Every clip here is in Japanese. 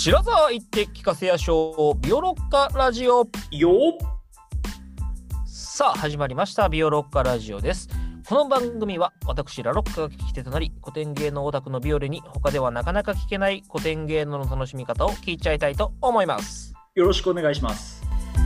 白沢言って聞かせやしょうビオロッカラジオよっ。 さあ始まりましたビオロッカラジオです。この番組は私ラロッカが聞き手となり古典芸能オタクのビオレに他ではなかなか聞けない古典芸能の楽しみ方を聞いちゃいたいと思います。 よろしくお願いします。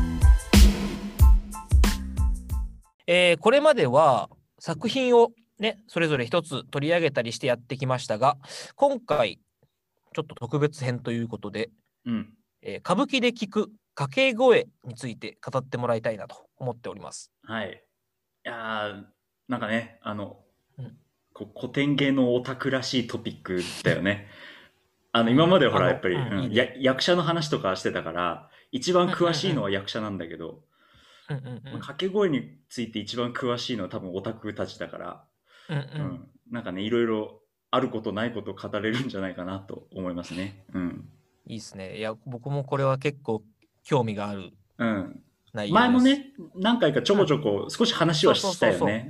これまでは作品をねそれぞれ一つ取り上げたりしてやってきましたが、今回ちょっと特別編ということで、歌舞伎で聞く掛け声について語ってもらいたいなと思っております。 はい。いやー、なんかね、 うん古典芸能オタクらしいトピックだよね。今までほら、やっぱり、 いいね。 役者の話とかしてたから、一番詳しいのは役者なんだけど、掛け声について一番詳しいのは多分オタクたちだから、なんかね、いろいろあることないこと語れるんじゃないかなと思いますね。 いいですね。いや、僕もこれは結構興味がある内容です。 前もね、何回かちょこちょこ少し話はしたよね。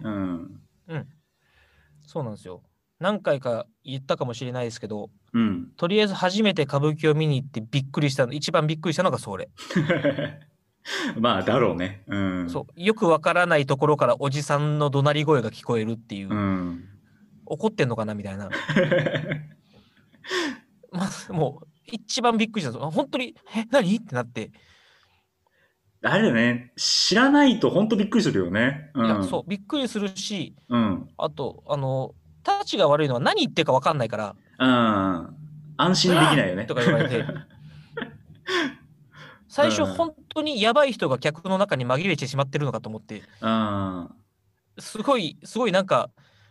そうなんですよ。何回か言ったかもしれないですけど、 うん。 とりあえず初めて歌舞伎を見に行って一番びっくりしたのがそれ。 まあ、だろうね。 そう、よくわからないところからおじさんの怒鳴り声が聞こえるっていう、怒ってんのかなみたいな。もう一番びっくりしたんですよ。本当に何ってなって。 あれだよね。知らないと本当びっくりするよね。 いや、そう、びっくりするし、 うん。 あと、タチが悪いのは何言ってるか分かんないから、 安心できないよね。 とか言われて、最初本当にやばい人が客の中に紛れてしまってるのかと思って、すごいなんか、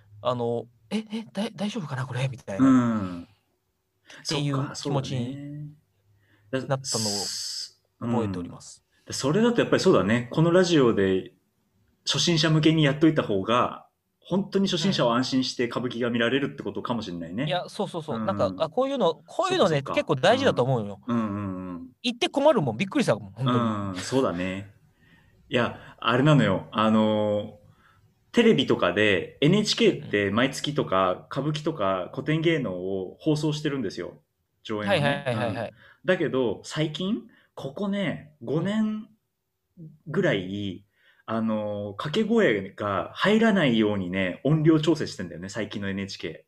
大丈夫かなこれみたいな。っていう気持ちになったのを覚えております。 それだとやっぱりそうだね。このラジオで初心者向けにやっといた方が、本当に初心者は安心して歌舞伎が見られるってことかもしれないね。 いや、そう。なんか、こういうのね、結構大事だと思うよ。言って困るもん、びっくりしたもん、本当に。 そうだね。いや、あれなのよ。テレビとかで NHK って毎月とか歌舞伎とか古典芸能を放送してるんですよ。上演をね。だけど、最近、ここね、5年ぐらい、掛け声が入らないようにね、音量調整してんだよね、最近の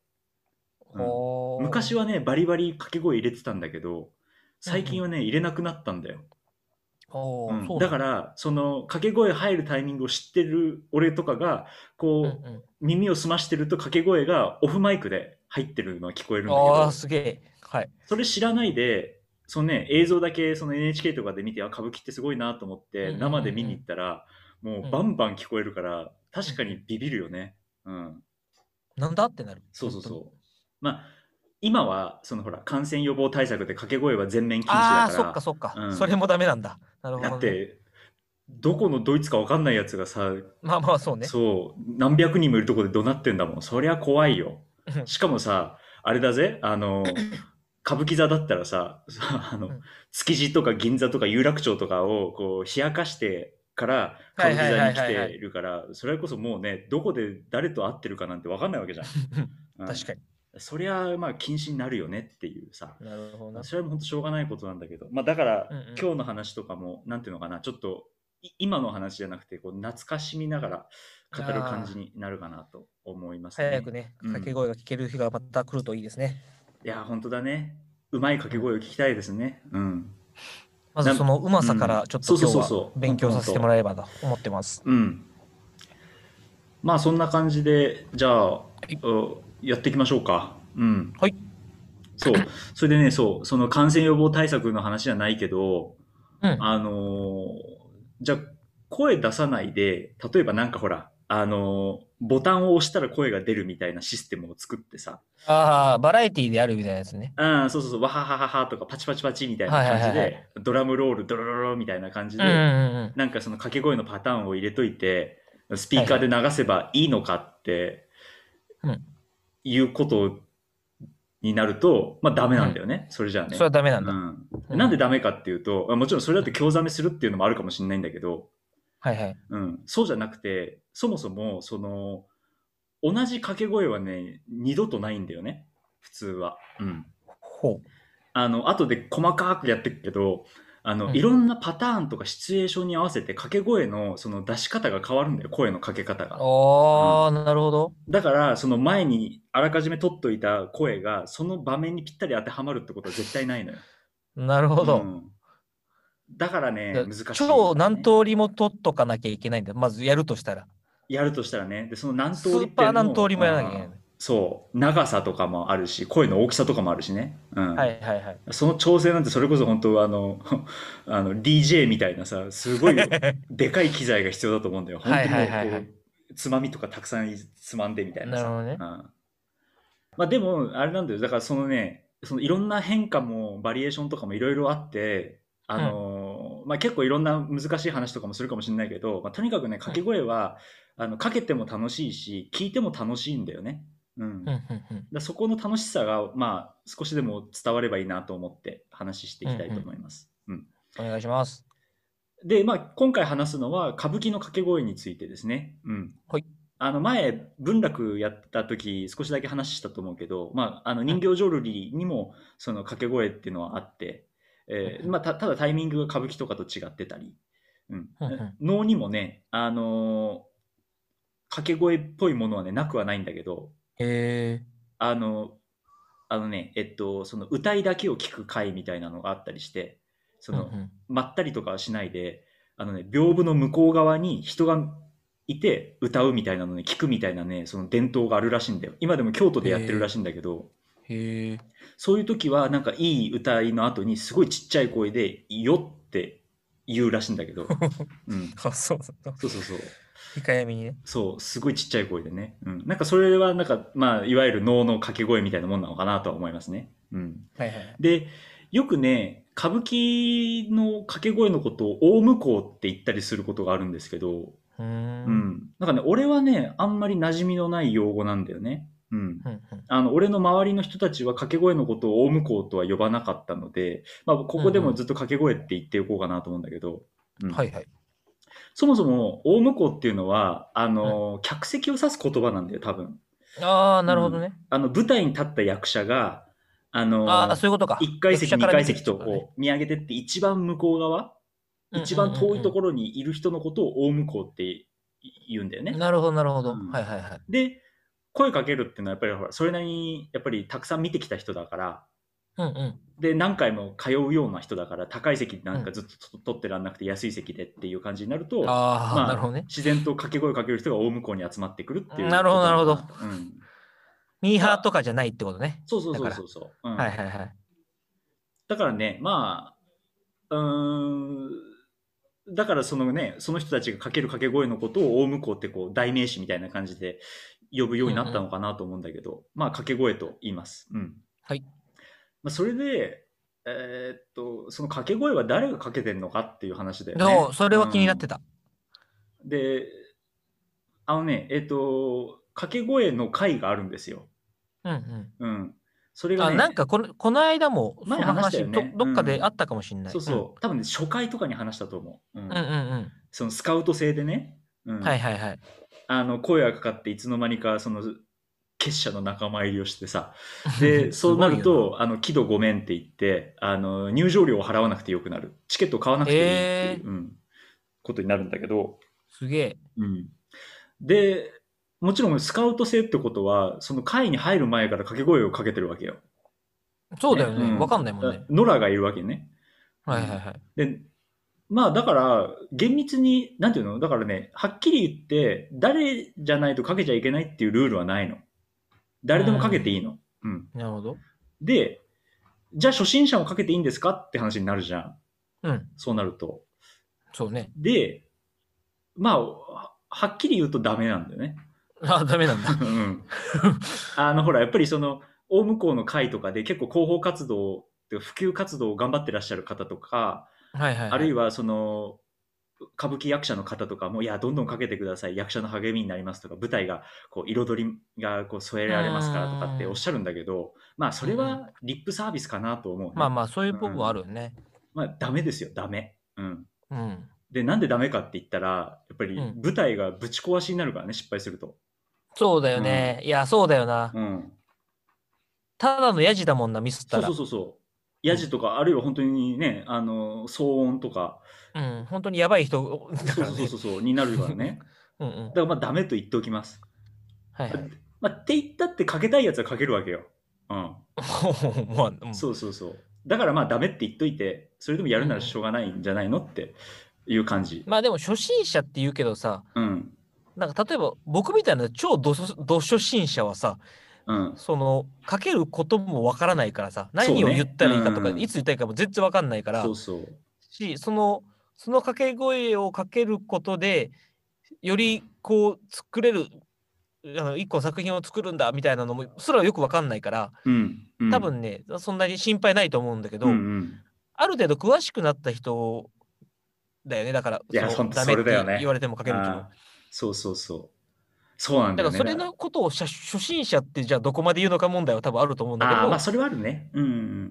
NHK。昔はね、バリバリ掛け声入れてたんだけど、最近はね、入れなくなったんだよ。だから、その掛け声入るタイミングを知ってる俺とかが、こう、耳を澄ましてると掛け声がオフマイクで入ってるのは聞こえるんだけど、 すげえ。はい。 それ知らないで、そのね、映像だけその NHK とかで見て、歌舞伎ってすごいなと思って、生で見に行ったら、もうバンバン聞こえるから、確かにビビるよね。 なんだってなる。 そう。まあ、今は、そのほら、感染予防対策で掛け声は全面禁止だから。 そっか。それもダメなんだ。なるほど、ね。 だって、どこのドイツか分かんないやつがさ、 そうね。 そう、何百人もいるところで怒鳴ってんだもん。そりゃ怖いよ。しかもさ、あれだぜ、歌舞伎座だったらさ、築地とか銀座とか有楽町とかをこう冷やかしてから歌舞伎座に来てるから、それこそもうね、どこで誰と会ってるかなんて分かんないわけじゃん。 確かに。 そりゃまあ禁止になるよねっていうさ。 なるほど。 それは本当しょうがないことなんだけど、まあだから、今日の話とかもなんていうのかな、ちょっと今の話じゃなくてこう懐かしみながら語る感じになるかなと思いますね。 早くね、掛け声が聞ける日がまた来るといいですね。 いや本当だね。うまい掛け声を聞きたいですね。 まずそのうまさからちょっと今日は勉強させてもらえればと思ってます。 まあそんな感じでじゃあやっていきましょうか。 はい。 そう。それでね、その感染予防対策の話じゃないけど、じゃあ声出さないで、例えばなんかほら、ボタンを押したら声が出るみたいなシステムを作ってさ。 バラエティーであるみたいなやつね。 そう、わははははとかパチパチパチみたいな感じで、ドラムロール、ドロロロみたいな感じで、なんかその掛け声のパターンを入れといて、スピーカーで流せばいいのかっていうことになると、まあダメなんだよね。それじゃあね。 それはダメなんだ。 なんでダメかっていうと、もちろんそれだと興ざめするっていうのもあるかもしれないんだけど、そうじゃなくて、そもそも、同じ掛け声はね、二度とないんだよね。普通は。 後で細かくやっていくけど、いろんなパターンとかシチュエーションに合わせて掛け声のその出し方が変わるんだよ、声のかけ方が。 なるほど。 だから、その前にあらかじめ取っといた声が、その場面にぴったり当てはまるってことは絶対ないのよ。 なるほど。 だからね、難しい、ね。 超何通りも取っとかなきゃいけないんだ。まずやるとしたら。 やるとしたらね。で、その何通りってスーパー何通りもやらなきゃいけない。 そう。長さとかもあるし、声の大きさとかもあるしね。 はいはいはい。 その調整なんてそれこそ本当DJ みたいなさ、すごいでかい機材が必要だと思うんだよ。本当にもうこう、つまみとかたくさんつまんでみたいなさ。 なるほどね。 まあでも、あれなんだよ。だからそのね、そのいろんな変化もバリエーションとかもいろいろあって、まあ結構いろんな難しい話とかもするかもしれないけど、まあ、とにかくね、掛け声は、かけても楽しいし、聞いても楽しいんだよね。だそこの楽しさが、まあ、少しでも伝わればいいなと思って話していきたいと思います。 お願いします。 で、まあ、今回話すのは歌舞伎の掛け声についてですね。 はい。 前、文楽やった時、少しだけ話したと思うけど、まあ、人形浄瑠璃にも、その掛け声っていうのはあって、まあ、ただタイミングが歌舞伎とかと違ってたり、能にもね、掛け声っぽいものはね、なくはないんだけど、その歌いだけを聞く回みたいなのがあったりして、その、まったりとかはしないで、屏風の向こう側に人がいて歌うみたいなのね、聞くみたいなね、その伝統があるらしいんだよ。今でも京都でやってるらしいんだけど、そういう時はなんかいい歌いの後にすごいちっちゃい声で「よ」って言うらしいんだけど、 そうそうそう。 控えめにね。 そう、すごいちっちゃい声でね。なんかそれはなんか、まあ、いわゆる能の掛け声みたいなもんなのかなとは思いますね。で、よくね、歌舞伎の掛け声のことを大向こうって言ったりすることがあるんですけど、なんかね、俺はね、あんまり馴染みのない用語なんだよね。俺の周りの人たちは掛け声のことを大向こうとは呼ばなかったので、まあ、ここでもずっと掛け声って言っておこうかなと思うんだけど、そもそも大向こうっていうのは客席を指す言葉なんだよ、多分。 なるほどね。 舞台に立った役者がそういうことか。 1階席2階席とこう見上げてって一番向こう側、一番遠いところにいる人のことを大向こうって言うんだよね。 なるほどなるほど。 で、声かけるっていうのはやっぱりほらそれなりにやっぱりたくさん見てきた人だから、で何回も通うような人だから高い席なんかずっと取ってらんなくて安い席でっていう感じになると、まあ自然と掛け声かける人が大向こうに集まってくるっていう。 なるほどなるほど。ミーハーとかじゃないってことね。 そう。だからね、まあだからそのね、その人たちがかける掛け声のことを大向こうってこう代名詞みたいな感じで呼ぶようになったのかなと思うんだけど、まあ掛け声と言います。まあ、それで、その掛け声は誰がかけてんのかっていう話だよね。 それは気になってた。 で、掛け声の会があるんですよ。それがね、 なんかこの間もその話どっかであったかもしれない。 そう。多分ね、初回とかに話したと思う。そのスカウト制でね。声がかかっていつの間にかその結社の仲間入りをしてさ、でそうなると喜怒ごめんって言って入場料を払わなくてよくなる、チケットを買わなくていいっていう、ことになるんだけど、 すげえ。 でもちろんスカウト制ってことはその会に入る前から掛け声をかけてるわけよ。 そうだよね。わかんないもんね。 ノラがいるわけね。でまあだから厳密になんていうの、だからね、はっきり言って誰じゃないとかけちゃいけないっていうルールはないの。誰でもかけていいの。 なるほど。 で、じゃあ初心者もかけていいんですかって話になるじゃん。そうなると。 そうね。 で、まあはっきり言うとダメなんだよね。 ダメなんだ。 ほらやっぱりその大向こうの会とかで結構広報活動普及活動を頑張ってらっしゃる方とか、あるいはその歌舞伎役者の方とかも、いやどんどんかけてください、役者の励みになりますとか、舞台がこう彩りがこう添えられますからとかっておっしゃるんだけど、まあそれはリップサービスかなと思う、ね。 まあそういう部分はあるよね。 まあダメですよ、ダメ。でなんでダメかって言ったらやっぱり舞台がぶち壊しになるからね、失敗すると。 そうだよね。いやそうだよな。ただのヤジだもんな、ミスったら。 そう。 ヤジとか、あるいは本当にね、騒音とか、 うん、本当にやばい人だそうからね。 そうそうそう、になるからね。 うんうん。 だからまあダメと言っておきます。 はいはい。 まあ、って言ったってかけたいやつはかけるわけよ。うん。 まあ、うん。 そうそうそう。だからまあダメって言っといて、それでもやるならしうんうん。 ょうがないんじゃないのっていう感じ。 まあでも初心者って言うけどさ、 うん。 なんか例えば僕みたいな超ど初心者はさ、 うん。 かけることもわからないからさ、何を言っそうね。うたらいいかとか、いつん。 言ったらいいかも全然わかんないから、 そうそう。 その掛け声をかけることで、よりこう作れる、一個作品を作るんだみたいなのも、それはよくわかんないから、 うん。うん。 多分ね、そんなに心配ないと思うんだけうんうど、 ん。 ある程度詳しくなった人だよね。だから、 いや、ほんとそれだダメってよね。 言われてもかけるっていうのは。 ああ、そうそうそう。そうなんだよね。 だからそれのことを初心者ってじゃあどこまで言うのか問題は多分あると思うんだけああ、まあど、 それはあるね。うん。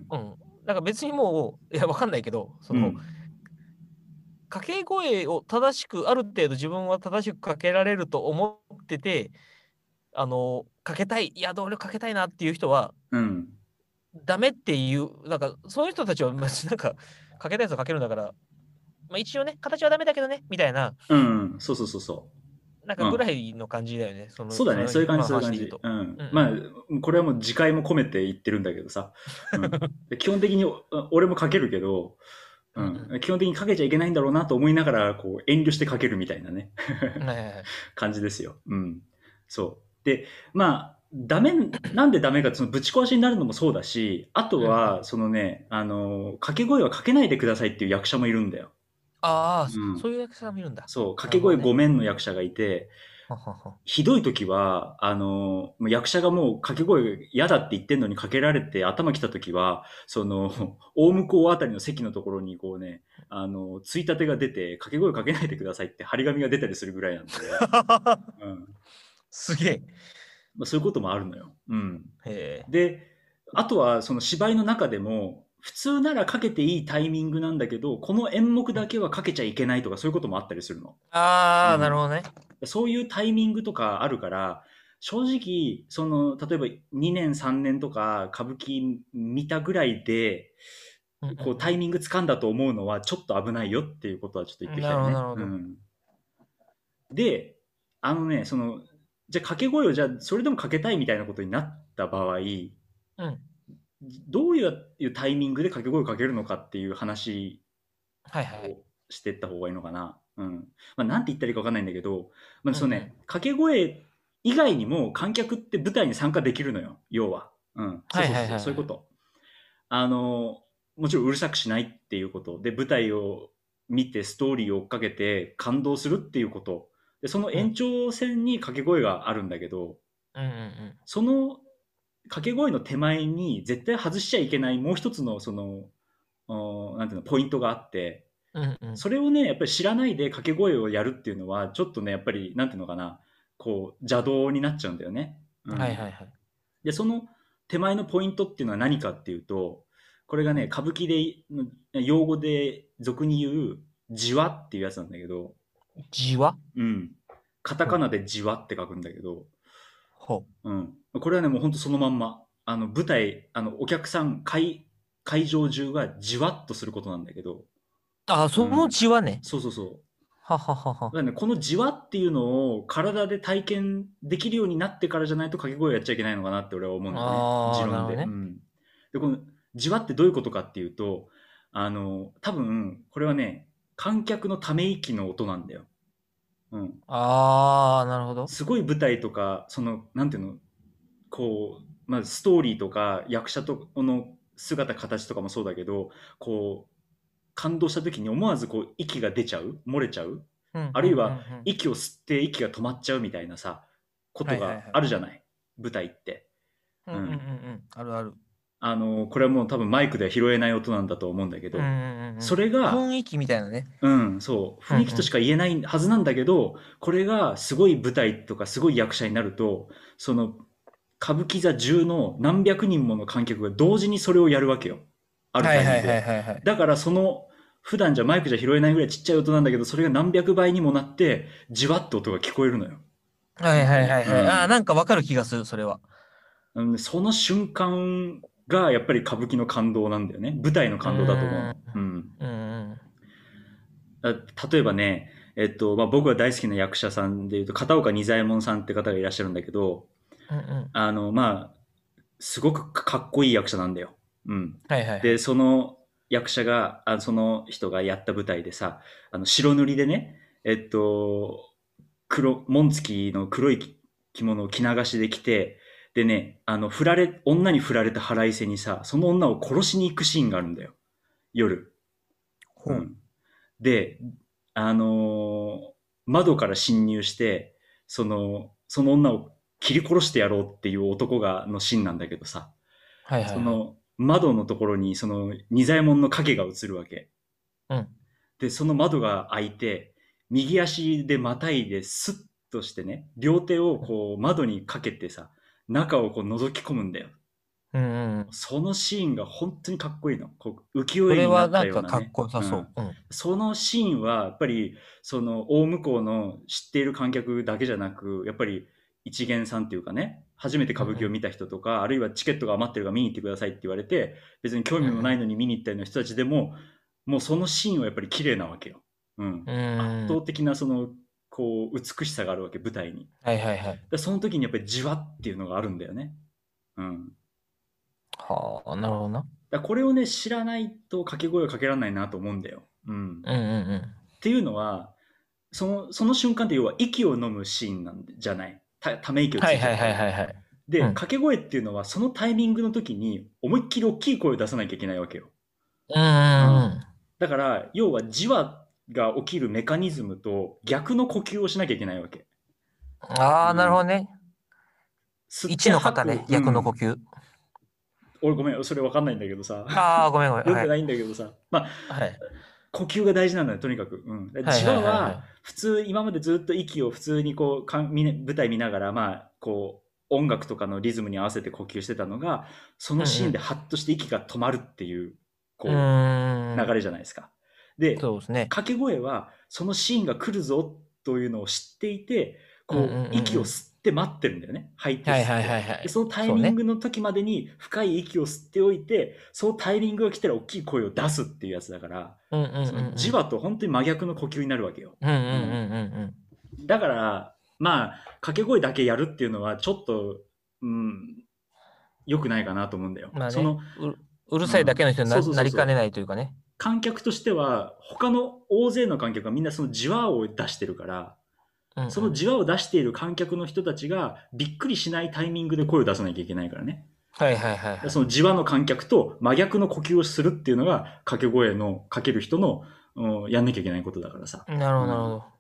うん。だから別にもう、いや、わかんないけど、 うん。 掛け声を正しく、ある程度自分は正しくかけられると思ってて、かけたい、いや、どれかけたいなっていう人は、 うん。 ダメっていう、なんか、そういう人たちは、まじなんか、かけたいやつをかけるんだから、まあ一応ね、形はダメだけどね、みたいな、 うん。そうそうそうそなんう。うん。 かぐらいの感じだよね。 そうだね。そういう感じ、 今のそういう感じ。 話で言うと。 うん。 うんうん。 まあ、これはもう自戒も込めて言ってるんだけどさ。うん。で基本的に俺もかけるけど、ううんうん。基本的にかけちゃいけないんだろうなと思いながら、こう、遠慮してかけるみたいなね。 ん。はいはいはい。 感じですよ。うん。そう。で、まあ、ダメ、なんでダメかそのぶち壊しになるのもそうだし、あとうんうん。 は、そのね、掛け声はかけないでくださいっていう役者もいるんだよ。 ああ、 うん。 そういう役者が見るんだ。 そう、掛け声なるほどね。 ごめんの役者がいて、 ははは。 ひどい時は、もう役者がもう掛け声嫌だって言ってんのにかけられて頭きた時は、 うん。 大向こうあたりの席のところにこうね、ついたてが出て、掛け声かけないでくださいって張り紙が出たりするぐらいなんで、うん。 すげえ。 まあ、そういうこともあるのよ。うん。 へえ。 で、あとはその芝居の中でも、普通ならかけていいタイミングなんだけど、この演目うん。 だけはかけちゃいけないとかそういうこともあったりするの。 ああ、なるうん。 ほどね。 そういうタイミングとかあるから、正直、例えば2年3年とか歌舞伎見たぐらいで、 うんうこうタイミング掴んだと思うのはちょっと危ないよっていうことはちょっと言っんうん。なるほどなておきたいね。 るほど。 うん。で、じゃあ掛け声をじゃあそれでもかけたいみたいなことになった場合、 うん。 どういうタイミングで掛け声をかけるのかっていう話はいはいはい。 をしていった方がいいのかな。うん。まあ、なんて言ったらいいかわかんないんだけど、まあ、 うんうん。 掛け声以外にも観客って舞台に参加できるのよ、要は。うん。そうはいそうそう、 はいはいはい。 そういうこと。あの、もちろんうるさくしないっていうこと。で、舞台を見てストーリーを追っかけて感動するっていうこと。で、そのうん。 延長線に掛け声があるんだけど、 うんうんうん。 その掛け声の手前に絶対外しちゃいけないもう一つのなんていうの、ポイントがあって、 うんうん。 それをね、やっぱり知らないで掛け声をやるっていうのは、ちょっとね、やっぱり、なんていうのかな、こう、邪道になっちゃうんだよね。うん。 はいはいはい。 で、その手前のポイントっていうのは何かっていうと、これがね、 うん。 歌舞伎で、用語で俗に言う、じわっていうやつなんだけど、 じわうん。カタほう。 カナでじわって書くんだけど、 ほう。 うん。これはね、もうほんとそのまんま。舞台、お客さん、会場中がじわっとすることなんだけど、 ああ、そのうん。 じわね。 そうそうそう。 はははは。 だからね、このじわっていうのを体で体験できるようになってからじゃないと掛け声やっちゃいけないのかなって俺は思うんだよね。 ああ、なる持論で。うほどね。 ん。で、このじわってどういうことかっていうと、多分、これはね、観客のため息の音なんだよ。うん。 ああ、なるほど。 すごい舞台とか、なんていうの、まずストーリーとか役者との姿形とかもそうだけど、こう、感動した時に思わずこう息が出ちゃう、漏れちゃう、 うん、うん、うん、うあるいはん。 息を吸って息が止まっちゃうみたいなさ、ことがはいはいはい。 あるじゃない、舞台って。 うん、うん、うん、ううん。 ん。あるある。 これはもう多分マイクでは拾えない音なんだと思うんだけうん、うど、 ん、うん。 それが、 雰囲気みたいなね。 うん、そう、 うん、う雰囲気としん。 か言えないはずなんだけど、これがすごい舞台とかすごい役者になると、その歌舞伎座中の何百人もの観客が同時にそれをやるわけよ。あるはいはいはいタイミングで。 はいはい。 だから普段じゃマイクじゃ拾えないぐらいちっちゃい音なんだけど、それが何百倍にもなって、じわっと音が聞こえるのよ。 はい本当に。 はいはいはい。ああ、 うん。 なんかわかる気がする、それは。 その瞬間がやっぱり歌舞伎の感動なんだよね。舞台の感動だと思うの。うん。 うん。 例えばね、僕が大好きな役者さんでいうと、片岡仁左衛門さんって方がいらっしゃるんだけど、 うんうん。 すごくかっこいい役者なんだよ。うん。で、 はいはいはい。 その役者が、その人がやった舞台でさ、白塗りでね、紋付きの黒い着物を着流しで着て、でね、女に振られた腹いせにさ、その女を殺しに行くシーンがあるんだよ。夜。うほう。 ん。で、あのー窓から侵入して、その女を切り殺してやろうっていう男のシーンなんだけどさ、 はいはいはい。 その窓のところにその仁左衛門の影が映るわけ。 うん。 で、その窓が開いて、右足でまたいでスッとしてね、両手をこう窓にかけてさ、中をこう覗き込むんだよ。 うんうんうん。 そのシーンが本当にかっこいいの。こう浮世それ絵になったはなんかようなね。 かっこよさうん。 そう。うん。 そのシーンは、やっぱり、その、大向こうの知っている観客だけじゃなく、やっぱり、一元さんっていうかね、初めて歌舞伎を見た人とか、あるいはチケットが余ってるから見に行ってくださいって言われて、別に興味もないのに見に行ったような人たちでも、もうそのシーンはやっぱり綺麗なわけよ。うん。 うん。 圧うん。 倒的なその、こう、美しさがあるわけ、舞台に。 はいはいはい。 その時にやっぱりじわっていうのがあるんだよね。うん。 はあ、なるほどな。 これをね、知らないと掛け声をかけられないなと思うんだよ。うん。っうんうんうん。 ていうのは、その瞬間って要は息を飲むシーンなんじゃない。ため息をつはいはいいちゃうから。 はいはいはい。 で、 うん。 掛け声っていうのはそのタイミングの時に思いっきり大きい声を出さなきゃいけないわけよ。 うんうん。 うんうん。 だから、要はじわが起きるメカニズムと逆の呼吸をしなきゃいけないわけ。 ああ、なるほどうん。 ね。 吸って一の方ね、 吐く。う逆の呼ん。 吸。 俺ごめん、それわかんないんだけどさ。 ああ、ごめんごめん。はい。 よくないんだけどさ。まあ、 はい。 呼吸が大事なんだよ、とにかく。うん。 はいはいじわは、 はいはい。 普通、今までずっと息を普通にこう、舞台見ながら、こう、音楽とかのリズムに合わせて呼吸してたのが、そのシーンでうんハッとして息が止まるっていう、 うん。うこう、流ーん。 れじゃないですか。で、 そうですね。 掛け声は、そのシーンが来るぞというのを知っていて、こう、 うんうんうん息をうん。 吸って待ってるんだよね。吐いてはいはいは吸って。で、 いはい。 そのタイそうね。 ミングの時までに深い息を吸っておいて、そのタイミングが来たら大きい声を出すっていうやつだから、 うんうんうんそのうん。 じわと本当に真逆の呼吸になるわけよ。 うんうんうんうん。 うんだから、掛け声だけやるっていうのはちょっと、うん、良くないかなと思うんだよ。 うん。まあね、うるさいだけうん。 の人にそうそうなりかねそうそう。 ないというかね。 観客としては、他の大勢の観客はみんなそのじわを出してるから、そのうんうん。 じわを出している観客の人たちがびっくりしないタイミングで声を出さなきゃいけないからね。 はいはいはいはい。 そのじわの観客と真逆の呼吸をするっていうのが掛け声のかける人の、やんなきゃいけないことだからさ。 なるほどなるほうん。 ど。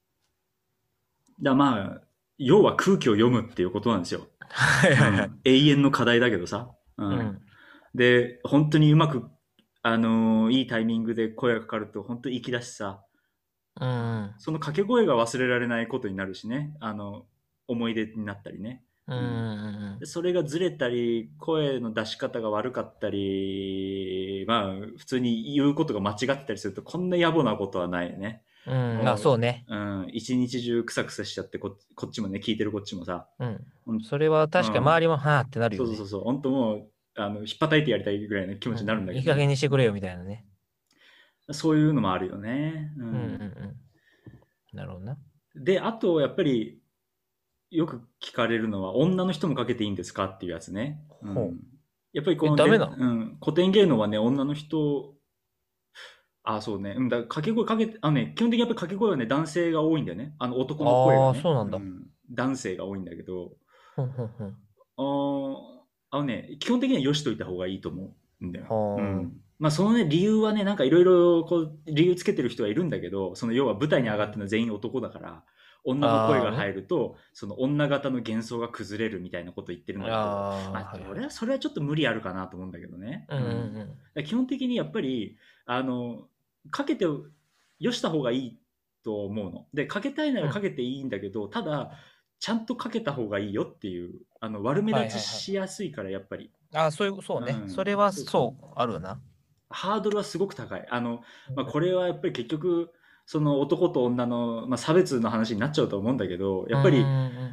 要は空気を読むっていうことなんですよ。 はいはいはい。 うん。永遠の課題だけどさ。うん。 うん。 で、本当にうまく、いいタイミングで声がかかると本当に息だしさ。 うん。 その掛け声が忘れられないことになるしね。思い出になったりね。 うんううん。 んでそれがずれたり、声の出し方が悪かったり、普通に言うことが間違ってたりすると、こんな野暮なことはないよね。 うん。うん。まあもう、 そうね。 うん、一日中クサクサしちゃってこっちもね、聞いてるこっちもさ、 うん。 うん、 それは確か周うん、 りもはーってなるよね。 そうそうそうそう、本当もう、ひっぱたいてやりたいぐらいの気持ちになるんうん。いい加だけどね。 減にしてくれよみたいなね。 そういうのもあるよね。ううんうんうん。 ん。なるほどな。 で、あと、やっぱり、よく聞かれるのは、女の人もかけていいんですかっていうやつね。うほん。やっぱりう。ダメなの？ 古典芸能はね、女の人、そうね。うん、掛け声かけて、基本的にやっぱり掛け声はね、男性が多いんだよね。男の声がああ、 ね。 そうなんだ。 うん。男性が多いんだけど、 ふんふんふん。 あ基本的にはよしといた方がいいと思うんだよ。うはん。そのね、理由はね、なんかいろいろ、こう、理由つけてる人はいるんだけど、要は舞台にあ。う上がってるのん。 は全員男だから、女の声がああね。 入ると、その女型の幻想が崩れるみたいなこと言ってるんだけど、 ああ、はいはい。 それはちょっと無理あるかなと思うんだけどね。 うんううん。 ん基本的にやっぱり、かけてよした方がいいと思うの。で、かけたいなうん。うん。 らかけていいんだけど、ただ、ちゃんとかけた方がいいよっていう、悪目立ちはいはいはい。 しやすいから、やっぱり。 ああ、そうね。そうん。 れはそうそう。 そう、あるな。 ハードルはすごく高い。 うんこれはやっぱり結局、その男と女の、差別の話になっちゃうと思うんだけど、やうんっぱりうん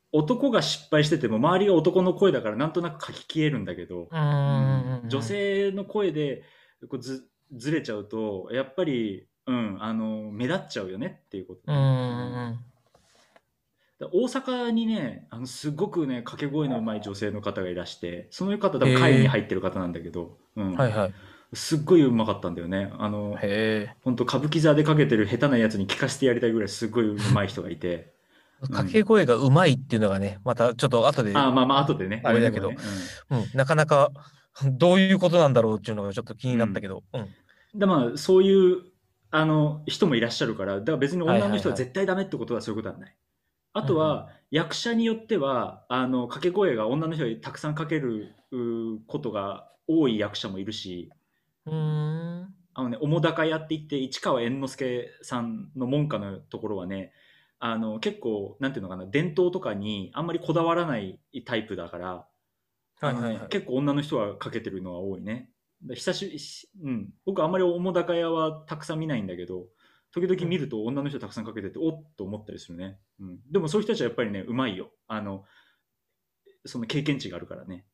男が失敗してても周りが男の声だからなんとなく書き消えるんだけど、女性の声でこうずれちゃうとやっぱり、目立っちゃうよねっていうこと、ね。大阪にね、すごくね掛け声の上手い女性の方がいらして、その方多分会に入ってる方なんだけど、 はいはい、 すっごい上手かったんだよね。本当歌舞伎座でかけてる下手なやつに聞かせてやりたいぐらいすごい上手い人がいて。 掛け声が上手いっていうのがね、またちょっと後で。 まあ後でね。 あれだけど、なかなかどういうことなんだろうっていうのがちょっと気になったけど。 でまあそういう人もいらっしゃるから、だから別に女の人は絶対ダメってことはそういうことはない。あとは、役者によっては掛け声が女の人よりたくさんかけることが多い役者もいるし、澤瀉屋って言って市川猿之助さんの門下のところはね、結構なんていうのかな、伝統とかにあんまりこだわらないタイプだから、結構女の人はかけてるのは多いね。僕あんまり澤瀉屋はたくさん見ないんだけど、時々見ると女の人たくさんかけてて、おっと思ったりするね。でもそういう人たちはやっぱりね、うまいよ。その経験値があるからね。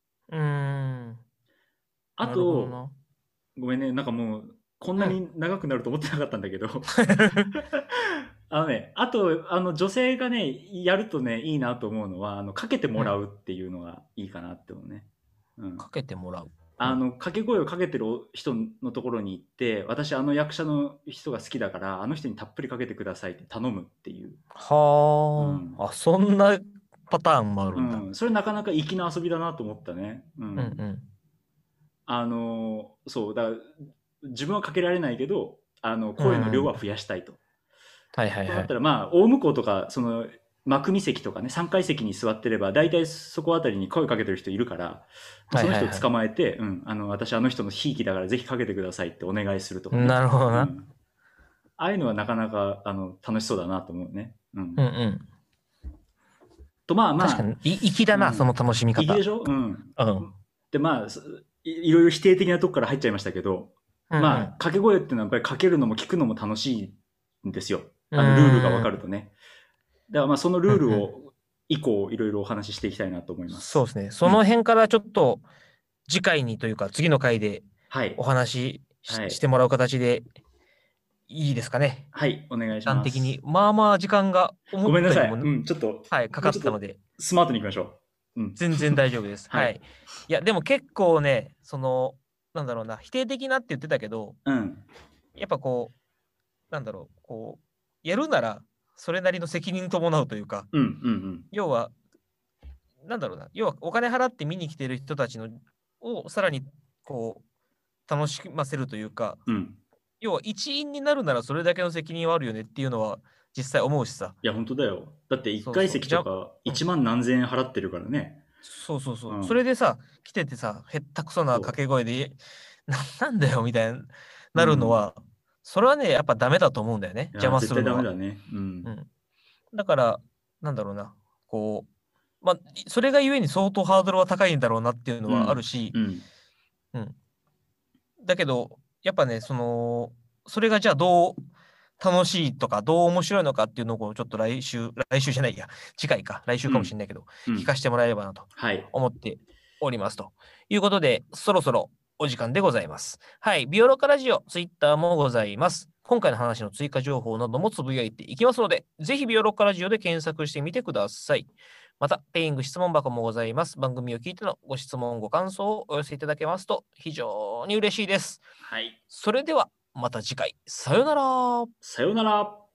あと、ごめんね、なんかもうこんなに長くなると思ってなかったんだけど、あと女性がねやるとねいいなと思うのはかけてもらうっていうのがいいかなって思うね。 かけてもらう。 掛け声をかけてる人のところに行って、私役者の人が好きだからあの人にたっぷりかけてくださいって頼むっていう。 はあ、そんなパターンもあるんだ。 それなかなか粋な遊びだなと思ったね。そうだ、自分はかけられないけど声の量は増やしたいと。だったらまあ大向こうとかその真組席とかね3階席に座ってれば大体そこあたりに声かけてる人いるから、その人を捕まえて、私人のひいきだからぜひかけてくださいってお願いするとか、ね、 なるほどな、 ああいうのはなかなか楽しそうだなと思うね。とまあ確かに粋だな、その楽しみ方。 粋でしょ。でまあいろいろ否定的なとこから入っちゃいましたけど、まあ掛け声っていうのはやっぱりかけるのも聞くのも楽しいんですよ。ルールが分かるとね。だからまあそのルールを以降いろいろお話ししていきたいなと思います。 そうですね。その辺からちょっと次回にというか次の回でお話ししてもらう形でいいですかね。 はい、お願いします。 時間的にまあまあ時間がごめんなさい。ちょっとかかったのでスマートにいきましょう。全然大丈夫です。はい。いやでも結構ね、なんだろうな、否定的なって言ってたけど、やっぱこうなんだろう、こうやるならそれなりの責任伴うというか、要はなんだろうな、要はお金払って見に来てる人たちのをさらにこう楽しませるというか、要は一員になるならそれだけの責任はあるよねっていうのは実際思うしさ。 いや本当だよ。だって1階席とか1万何千円払ってるからね。 そう。それでさ来ててさ、へったくそな掛け声でなんだよみたいになるのは、それはねやっぱダメだと思うんだよね。邪魔するのは。 絶対ダメだね。 だからなんだろうな、こうまあそれがゆえに相当ハードルは高いんだろうなっていうのはあるし、だけどやっぱねそれがじゃあどう楽しいとかどう面白いのかっていうのをちょっと来週じゃないや、次回か、来週かもしれないけど、聞かせてもらえればなと思っておりますということで、そろそろお時間でございます。はい、ビオロカラジオ、ツイッターもございます。今回の話の追加情報などもつぶやいていきますので、ぜひビオロカラジオで検索してみてください。また、ペイング質問箱もございます。番組を聞いてのご質問、ご感想をお寄せいただけますと非常に嬉しいです。 はい。 それではまた次回。さよなら。 さよなら。